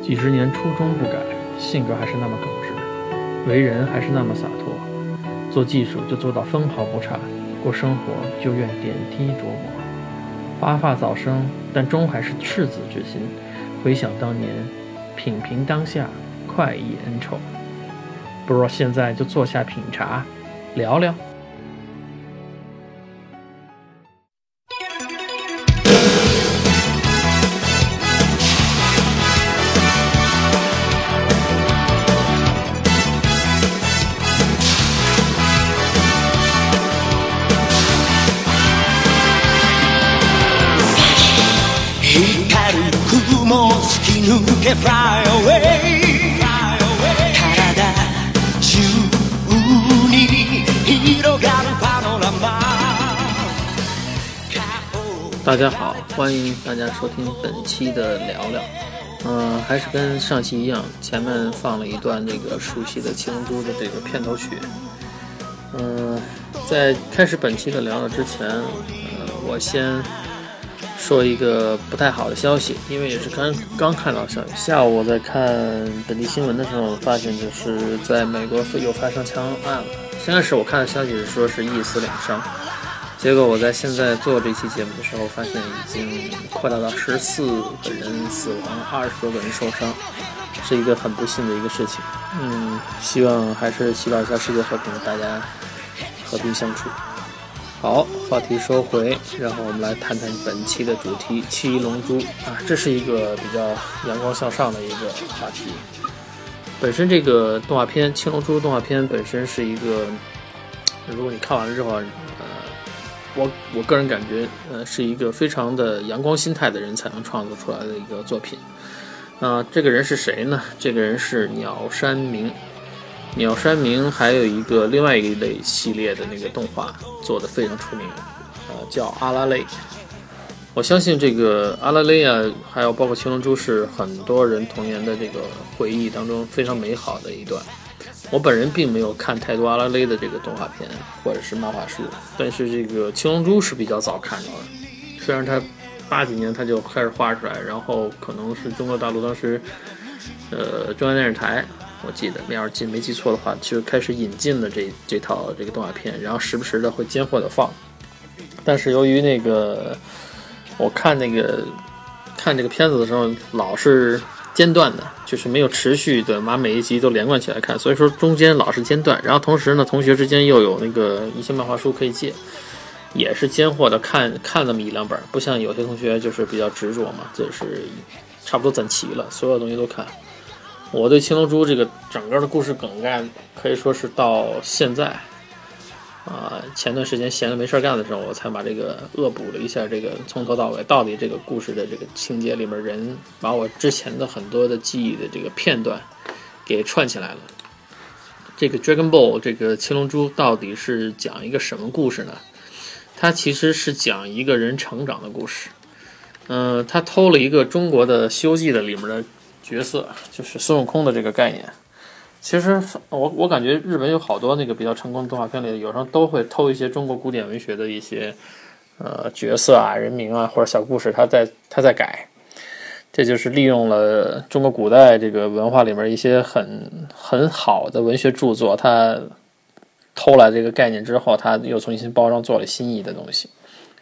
几十年初衷不改，性格还是那么耿直，为人还是那么洒脱。做技术就做到分毫不差，过生活就愿点滴琢磨。华发早生，但终还是赤子之心。回想当年，品评当下，快意恩仇。不若现在就坐下品茶，聊聊。大家好，欢迎大家收听本期的聊聊。还是跟上期一样，前面放了一段这个熟悉的《七龙珠》的这个片头曲。在开始本期的聊聊之前，我先说一个不太好的消息，因为也是刚看到消息。下午我在看本地新闻的时候，发现就是在美国又发生枪案了。先开始我看的消息是说是1死2伤，结果我在现在做这期节目的时候，发现已经扩大到14个人死亡，20多个人受伤，是一个很不幸的一个事情。还是祈祷一下世界和平，大家和平相处。好，话题收回，然后我们来谈谈本期的主题七龙珠啊，这是一个比较阳光向上的一个话题。本身这个动画片七龙珠动画片本身是一个，如果你看完了之后，我个人感觉，是一个非常的阳光心态的人才能创作出来的一个作品。这个人是谁呢？这个人是鸟山明。鸟山明还有另外一类系列的那个动画做得非常出名，叫阿拉蕾。我相信这个阿拉蕾啊，还有包括七龙珠是很多人童年的这个回忆当中非常美好的一段。我本人并没有看太多阿拉蕾的这个动画片或者是漫画书，但是这个七龙珠是比较早看到的。虽然它80几年它就开始画出来，然后可能是中国大陆当时中央电视台，我记得要是没记错的话，就开始引进了这套这个动画片，然后时不时的会间或的放。但是由于那个我看这个片子的时候老是间断的，就是没有持续的把每一集都连贯起来看，所以说中间老是间断。然后同时呢，同学之间又有那个一些漫画书可以借，也是间或的看那么1-2本，不像有些同学就是比较执着嘛，就是差不多攒齐了，所有东西都看。我对七龙珠这个整个的故事梗概可以说是到现在前段时间闲着没事干的时候，我才把这个恶补了一下，这个从头到尾到底这个故事的这个情节里面人把我之前的很多的记忆的这个片段给串起来了。这个 Dragon Ball 这个七龙珠到底是讲一个什么故事呢？它其实是讲一个人成长的故事。他偷了一个中国的《西游记》的里面的角色，就是孙悟空的这个概念。其实我感觉日本有好多那个比较成功的动画片里，有时候都会偷一些中国古典文学的一些角色啊、人名啊或者小故事，他在改。这就是利用了中国古代这个文化里面一些很好的文学著作，他偷来这个概念之后，他又重新包装做了新意的东西。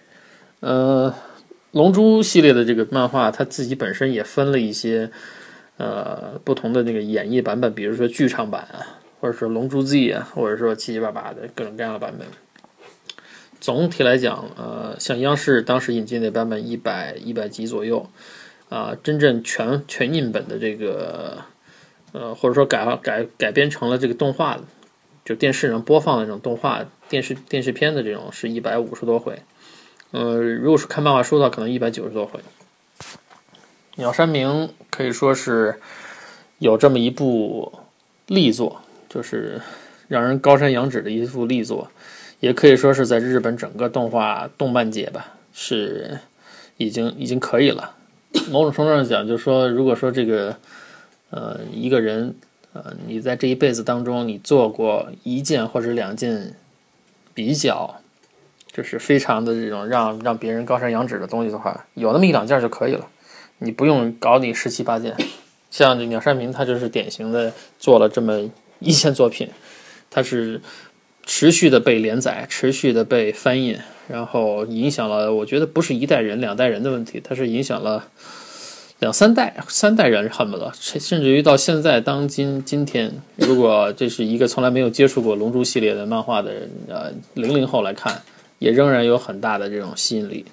龙珠系列的这个漫画，它自己本身也分了一些不同的那个演绎版本，比如说剧场版啊，或者说龙珠 Z 啊，或者说七七八八的各种各样的版本。总体来讲，像央视当时引进的版本100集左右，真正全印本的这个或者说改编成了这个动画的，就电视上播放的那种动画电视片的这种是150多回。如果是看漫画书的话，可能190多回。鸟山明可以说是有这么一部力作，就是让人高山仰止的一部力作，也可以说是在日本整个动漫界吧，是已经可以了。某种程度上讲，就是说，如果说这个一个人你在这一辈子当中，你做过1件或者2件比较就是非常的这种让别人高山仰止的东西的话，有那么1-2件就可以了，你不用搞你17-8件。 像这鸟山明，他就是典型的做了这么一线作品，他是持续的被连载，持续的被翻印，然后影响了，我觉得不是一代人、两代人的问题，它是影响了3代人，恨不得，甚至于到现在今天，如果这是一个从来没有接触过龙珠系列的漫画的人，00后来看，也仍然有很大的这种吸引力。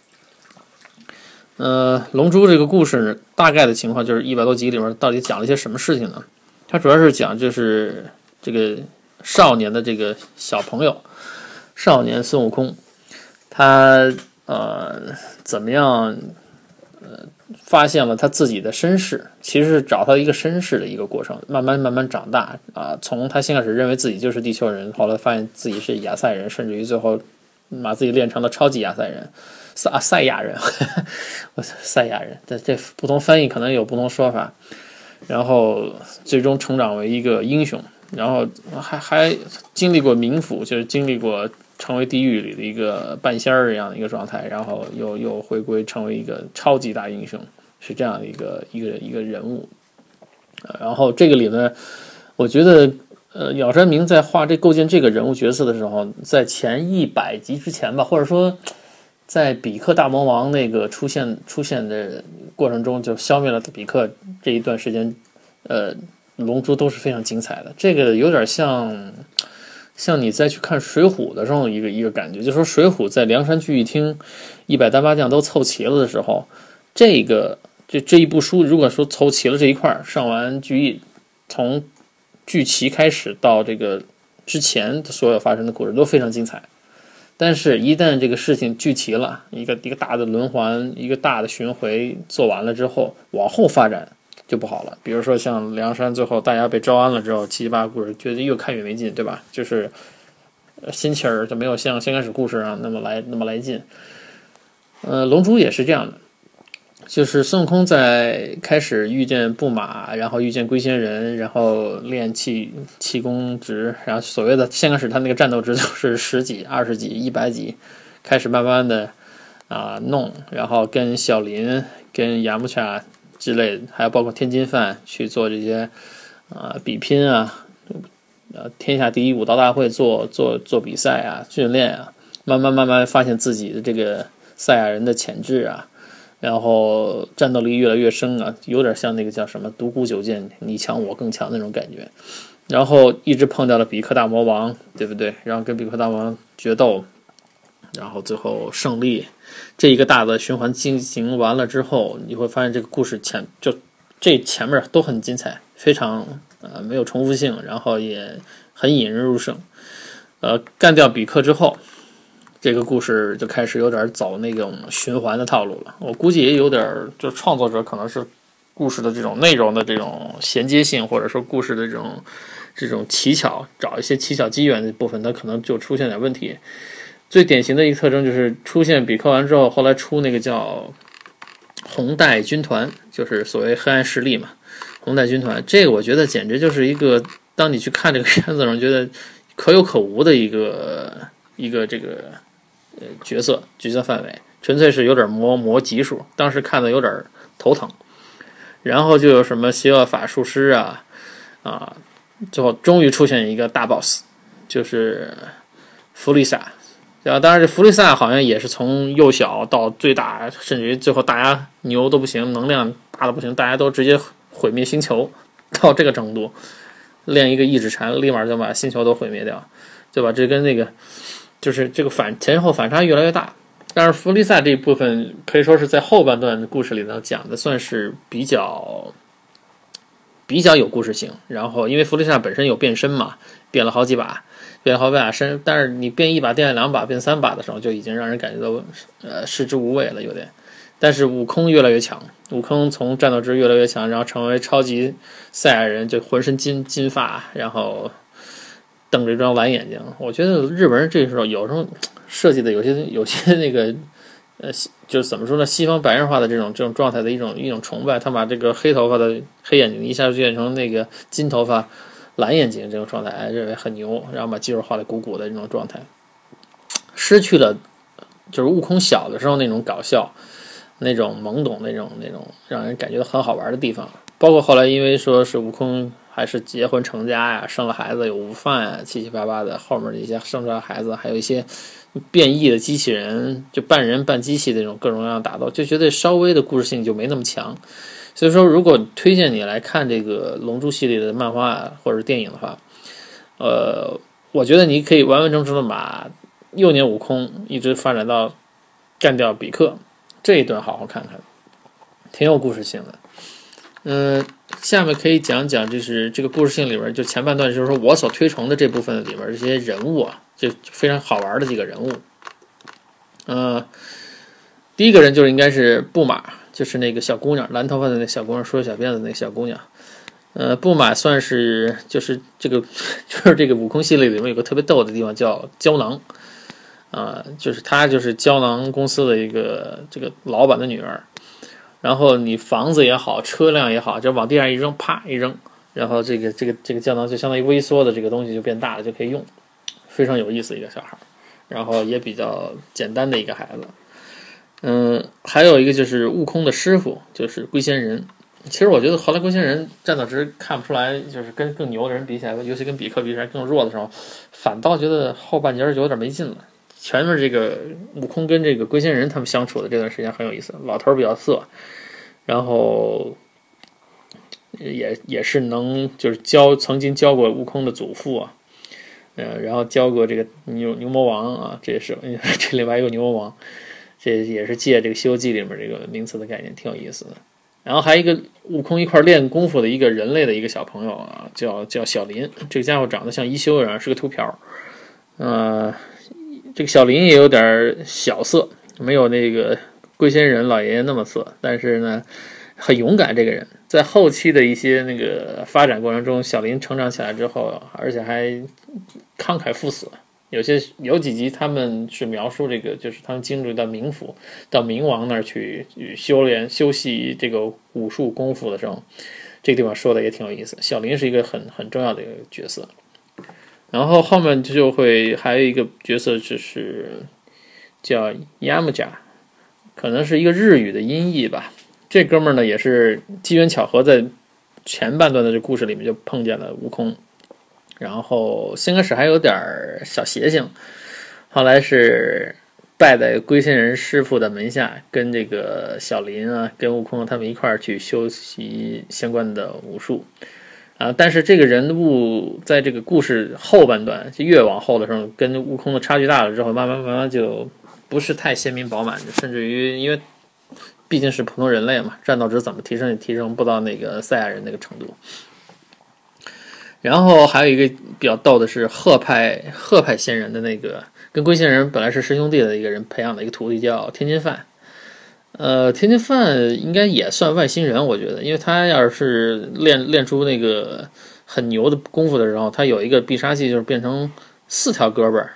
龙珠这个故事大概的情况就是100多集里面到底讲了一些什么事情呢？它主要是讲就是这个少年的这个小朋友，少年孙悟空，他怎么样发现了他自己的身世，其实是找他一个身世的一个过程，慢慢长大从他先开始认为自己就是地球人，后来发现自己是亚赛人，甚至于最后把自己练成了超级亚赛人。赛亚人，赛亚人，这不同翻译可能有不同说法。然后最终成长为一个英雄，然后还经历过冥府，就是经历过成为地狱里的一个半仙儿一样的一个状态，然后又回归成为一个超级大英雄，是这样的一个人物。然后这个里呢，我觉得鸟山明在构建这个人物角色的时候，在前100集之前吧，或者说在比克大魔王那个出现的过程中，就消灭了比克这一段时间，龙珠都是非常精彩的。这个有点像你再去看水浒的时候一个感觉，就是说水浒在梁山聚义厅100单八将都凑齐了的时候，这一部书如果说凑齐了这一块，上完聚义，从聚齐开始到这个之前所有发生的故事都非常精彩。但是，一旦这个事情聚齐了，一个大的轮环，一个大的巡回做完了之后，往后发展就不好了。比如说像梁山最后大家被招安了之后，7、8故事觉得越看越没劲，对吧？就是心气儿就没有像先开始故事上那么来劲。龙珠也是这样的。就是孙悟空在开始遇见布马，然后遇见龟仙人，然后练气功值，然后所谓的先开始他那个战斗值就是10几、20几、100几，开始慢慢的弄，然后跟小林、跟雅木恰之类的，还有包括天津饭去做这些比拼天下第一武道大会做比赛训练慢慢发现自己的这个赛亚人的潜质然后战斗力越来越深有点像那个叫什么独孤九剑，你强我更强那种感觉。然后一直碰到了比克大魔王，对不对？然后跟比克大魔王决斗，然后最后胜利。这一个大的循环进行完了之后，你会发现这个故事前面都很精彩，非常没有重复性，然后也很引人入胜。干掉比克之后，这个故事就开始有点走那种循环的套路了。我估计也有点，就创作者可能是故事的这种内容的这种衔接性，或者说故事的这种奇巧，找一些奇巧机缘的部分，它可能就出现点问题。最典型的一个特征就是出现比克完之后，后来出那个叫红带军团，就是所谓黑暗势力嘛，红带军团，这个我觉得简直就是一个，当你去看这个片子的时候，觉得可有可无的一个这个角色范围，纯粹是有点磨级数，当时看的有点头疼。然后就有什么邪恶法术师最后终于出现一个大 boss， 就是弗利萨。当然这弗利萨好像也是从幼小到最大，甚至于最后大家牛都不行，能量大的不行，大家都直接毁灭星球，到这个程度，练一个意志禅立马就把星球都毁灭掉，对吧？这跟那个就是这个前后反差越来越大。但是弗利萨这一部分可以说是在后半段的故事里头讲的算是比较有故事性。然后因为弗利萨本身有变身嘛，变了好几把身，但是你变1把变2把变3把的时候，就已经让人感觉到食之无味了有点。但是悟空越来越强，悟空从战斗值越来越强，然后成为超级赛亚人，就浑身金发，然后瞪着一双蓝眼睛。我觉得日本人这时候有时候设计的有些那个就是怎么说呢，西方白人化的这种状态的一种崇拜，他把这个黑头发的黑眼睛一下就变成那个金头发蓝眼睛这种状态，认为很牛，然后把肌肉画得鼓鼓的这种状态，失去了就是悟空小的时候那种搞笑，那种懵懂，那种让人感觉到很好玩的地方。 包括后来因为说是悟空还是结婚成家呀，生了孩子有悟饭呀，七七八八的，后面的一些生出来孩子，还有一些变异的机器人，就半人半机器的那种各种各样的打斗，就觉得稍微的故事性就没那么强。所以说，如果推荐你来看这个《龙珠》系列的漫画或者电影的话，我觉得你可以完完整整的把幼年悟空一直发展到干掉比克这一段好好看看，挺有故事性的。下面可以讲讲，就是这个故事性里面，就前半段就是说我所推崇的这部分里面这些人物啊，就非常好玩的几个人物。第一个人就应该是布玛，就是那个小姑娘，蓝头发的那小姑娘，梳着小辫子那个小姑娘。布玛算是就是这个悟空系列里面有个特别逗的地方叫胶囊，就是她就是胶囊公司的一个这个老板的女儿。然后你房子也好，车辆也好，就往地上一扔，啪一扔，然后这个胶囊就相当于微缩的这个东西就变大了，就可以用，非常有意思一个小孩，然后也比较简单的一个孩子。还有一个就是悟空的师傅，就是龟仙人。其实我觉得后来龟仙人战斗值看不出来，就是跟更牛的人比起来，尤其跟比克比起来更弱的时候，反倒觉得后半截就有点没劲了。前面这个悟空跟这个龟仙人他们相处的这段时间很有意思，老头比较色，然后也是能就是曾经教过悟空的祖父啊，然后教过这个牛魔王啊，这也是这里边有牛魔王，这也是借这个《西游记》里面这个名词的概念，挺有意思的。然后还有一个悟空一块练功夫的一个人类的一个小朋友啊，叫小林，这个家伙长得像一休一样，是个秃瓢。这个小林也有点小色，没有那个龟仙人老爷爷那么色，但是呢很勇敢。这个人在后期的一些那个发展过程中，小林成长起来之后，而且还慷慨赴死。有几集他们是描述这个，就是他们经历到冥府，到冥王那儿去修习这个武术功夫的时候，这个地方说的也挺有意思。小林是一个很重要的一个角色。然后后面就会还有一个角色，就是叫亚木甲，可能是一个日语的音译吧。这哥们儿呢也是机缘巧合，在前半段的这故事里面就碰见了悟空，然后先开始还有点小邪性，后来是拜在龟仙人师傅的门下，跟这个小林啊，跟悟空他们一块儿去修习相关的武术。但是这个人物在这个故事后半段，就越往后的时候，跟悟空的差距大了之后，慢慢就不是太鲜明饱满，甚至于因为毕竟是普通人类嘛，战斗值怎么提升也提升不到那个赛亚人那个程度。然后还有一个比较逗的是鹤派仙人的那个，跟龟仙人本来是师兄弟的一个人培养的一个徒弟叫天津饭。天津饭应该也算外星人，我觉得，因为他要是练出那个很牛的功夫的时候，他有一个必杀技，就是变成4条胳膊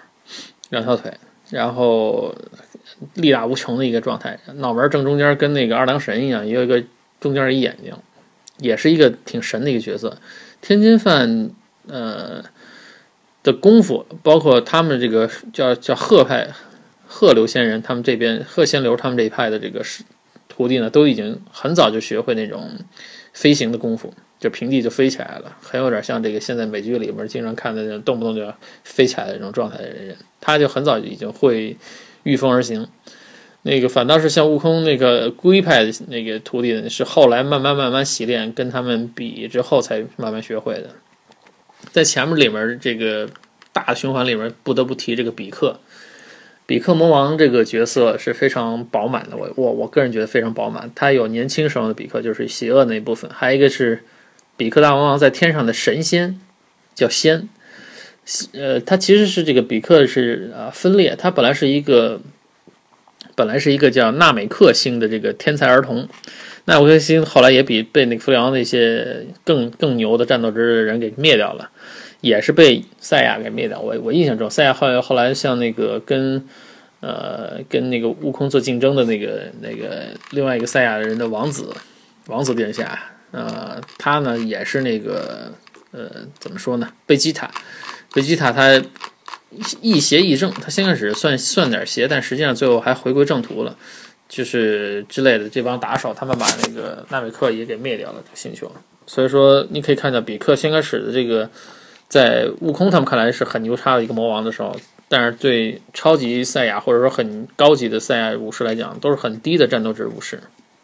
2条腿，然后力大无穷的一个状态，脑门正中间跟那个二郎神一样，也有一个中间一眼睛，也是一个挺神的一个角色。天津饭的功夫，包括他们这个叫鹤流仙人，他们这边鹤仙流他们这一派的这个徒弟呢，都已经很早就学会那种飞行的功夫，就平地就飞起来了，很有点像这个现在美剧里面经常看的那种动不动就要飞起来的这种状态的人，他就很早就已经会御风而行。那个反倒是像悟空那个龟派的那个徒弟呢，是后来慢慢习练，跟他们比之后才慢慢学会的。在前面里面这个大循环里面，不得不提这个比克魔王这个角色是非常饱满的，我个人觉得非常饱满。他有年轻时候的比克，就是邪恶那一部分，还有一个是比克大魔王在天上的神仙，叫仙。他其实是这个比克是分裂，他本来是一个叫纳美克星的这个天才儿童，纳美克星后来也被那个弗里昂的一些更牛的战斗值的人给灭掉了，也是被赛亚给灭掉。我印象中，赛亚后来像那个跟那个悟空做竞争的那个另外一个赛亚人的王子殿下，他呢也是那个怎么说呢？贝吉塔他亦邪亦正，他先开始算点邪，但实际上最后还回归正途了。 就是之类的这帮打手，他们把那个纳美克也给灭掉了这个星球。所以说你可以看到比克先开始的这个在悟空他们看来是很牛叉的一个魔王的时候，但是对超级赛亚或者说很高级的赛亚武士来讲都是很低的战斗值武士。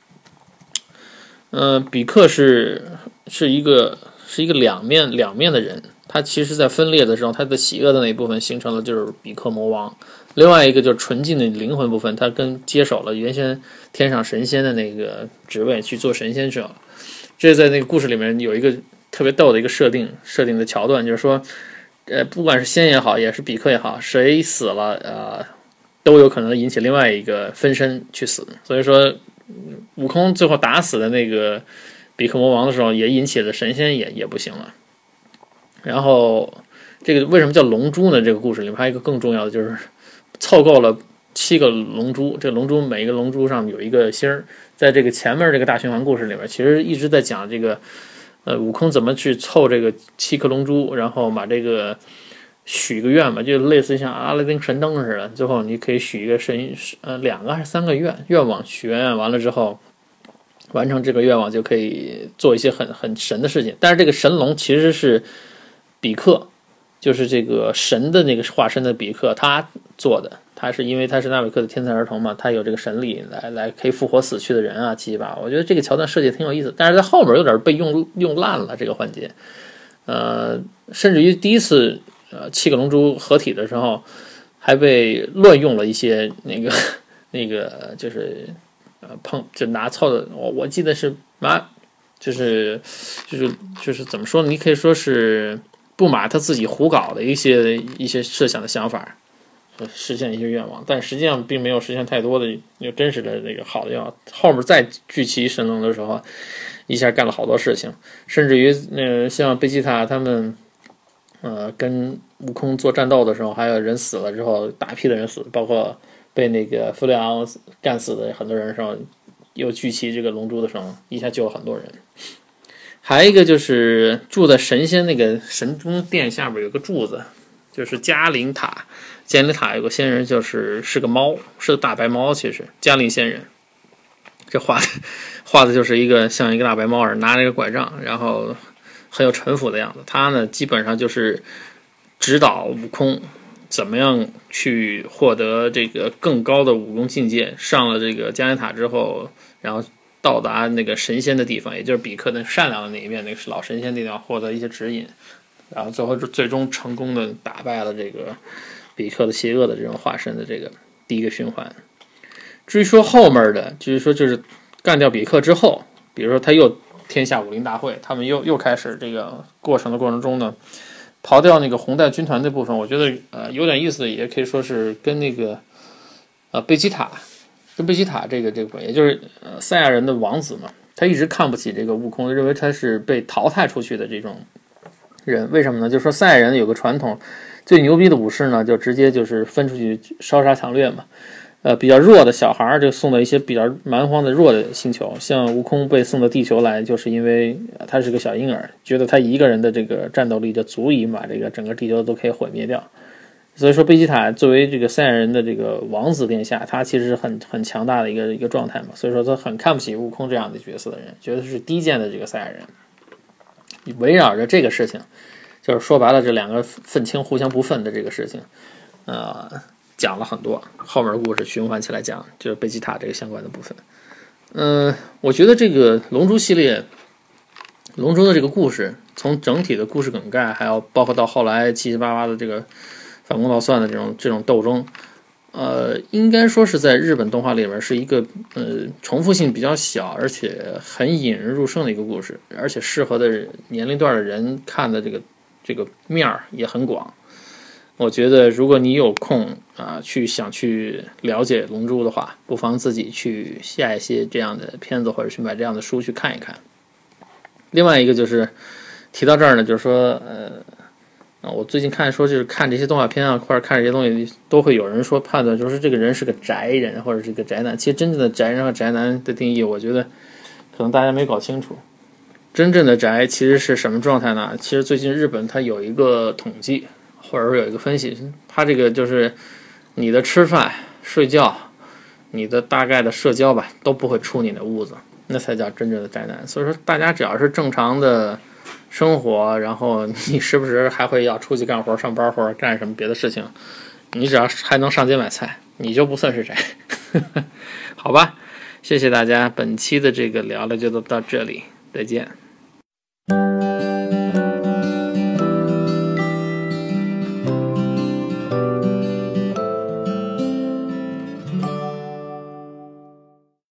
比克是一个两面的人，他其实在分裂的时候，他的邪恶的那一部分形成了就是比克魔王，另外一个就是纯净的灵魂部分，他接手了原先天上神仙的那个职位去做神仙去了。这在那个故事里面有一个特别逗的一个设定的桥段，就是说，不管是仙也好，也是比克也好，谁死了，都有可能引起另外一个分身去死。所以说，悟空最后打死的那个比克魔王的时候，也引起了神仙也不行了。然后，这个为什么叫龙珠呢？这个故事里面还有一个更重要的，就是凑够了7个龙珠，这个龙珠每一个龙珠上有一个星儿。在这个前面这个大循环故事里面，其实一直在讲这个，悟空怎么去凑这个7颗龙珠，然后把这个许个愿嘛，就类似像阿拉丁神灯似的。最后你可以许一个2个还是3个愿望，许愿完了之后，完成这个愿望就可以做一些很神的事情。但是这个神龙其实是比克，就是这个神的那个化身的比克他做的。他是因为他是纳美克的天才儿童嘛，他有这个神力来可以复活死去的人啊，七七八。我觉得这个桥段设计挺有意思，但是在后面有点被用烂了这个环节。甚至于第一次7个龙珠合体的时候，还被乱用了一些那个就是就拿凑的，我记得是就是怎么说呢？你可以说是布马他自己胡搞的一些设想的想法。实现一些愿望，但实际上并没有实现太多的有真实的那个好的愿望。后面再聚齐神龙的时候，一下干了好多事情，甚至于像贝吉塔他们跟悟空做战斗的时候，还有人死了之后，大批的人死，包括被那个弗利昂干死的很多人的时候，又聚齐这个龙珠的时候，一下救了很多人。还有一个就是住在神仙那个神中殿下边有个柱子，就是嘉陵塔。嘉陵塔有个仙人，是个猫，是个大白猫。其实嘉陵仙人这画的就是像一个大白猫，拿着一个拐杖，然后很有城府的样子。他呢基本上就是指导悟空怎么样去获得这个更高的武功境界。上了这个嘉陵塔之后，然后到达那个神仙的地方，也就是比克的善良的那一面，那个是老神仙的地方，获得一些指引，然后最终成功的打败了这个比克的邪恶的这种化身的这个第一个循环。至于说后面的，就是干掉比克之后，比如说他又天下武林大会，他们又开始这个过程中呢，刨掉那个红带军团的部分，我觉得有点意思，也可以说是跟那个贝吉塔这个部分，也就是赛亚人的王子嘛，他一直看不起这个悟空，认为他是被淘汰出去的这种人。为什么呢？就是说赛亚人有个传统，最牛逼的武士呢，就直接就是分出去烧杀抢掠嘛。比较弱的小孩就送到一些比较蛮荒的弱的星球，像悟空被送到地球来，就是因为他是个小婴儿，觉得他一个人的这个战斗力就足以把这个整个地球都可以毁灭掉。所以说贝吉塔作为这个赛亚人的这个王子殿下，他其实是很强大的一个状态嘛，所以说他很看不起悟空这样的角色的人，觉得是低贱的这个赛亚人。围绕着这个事情，就是说白了这两个愤青互相不忿的这个事情，讲了很多，后面的故事循环起来讲，就是贝吉塔这个相关的部分。我觉得这个龙珠系列，龙珠的这个故事，从整体的故事梗概，还有包括到后来七七八八的这个反攻倒算的这种斗争，应该说是在日本动画里面是一个重复性比较小，而且很引人入胜的一个故事，而且适合的年龄段的人看的这个面儿也很广。我觉得如果你有空想去了解龙珠的话，不妨自己去下一些这样的片子，或者去买这样的书去看一看。另外一个就是提到这儿呢，就是说我最近就是看这些动画片啊，或者看这些东西，都会有人说判断就是这个人是个宅人或者是个宅男。其实真正的宅人和宅男的定义，我觉得可能大家没搞清楚。真正的宅其实是什么状态呢？其实最近日本它有一个统计，或者说有一个分析，它这个就是你的吃饭、睡觉、 你的大概的社交吧都不会出你的屋子，那才叫真正的宅男。所以说大家只要是正常的生活，然后你时不时还会要出去干活上班或者干什么别的事情，你只要还能上街买菜，你就不算是宅。好吧，谢谢大家，本期的这个聊了就到这里，再见。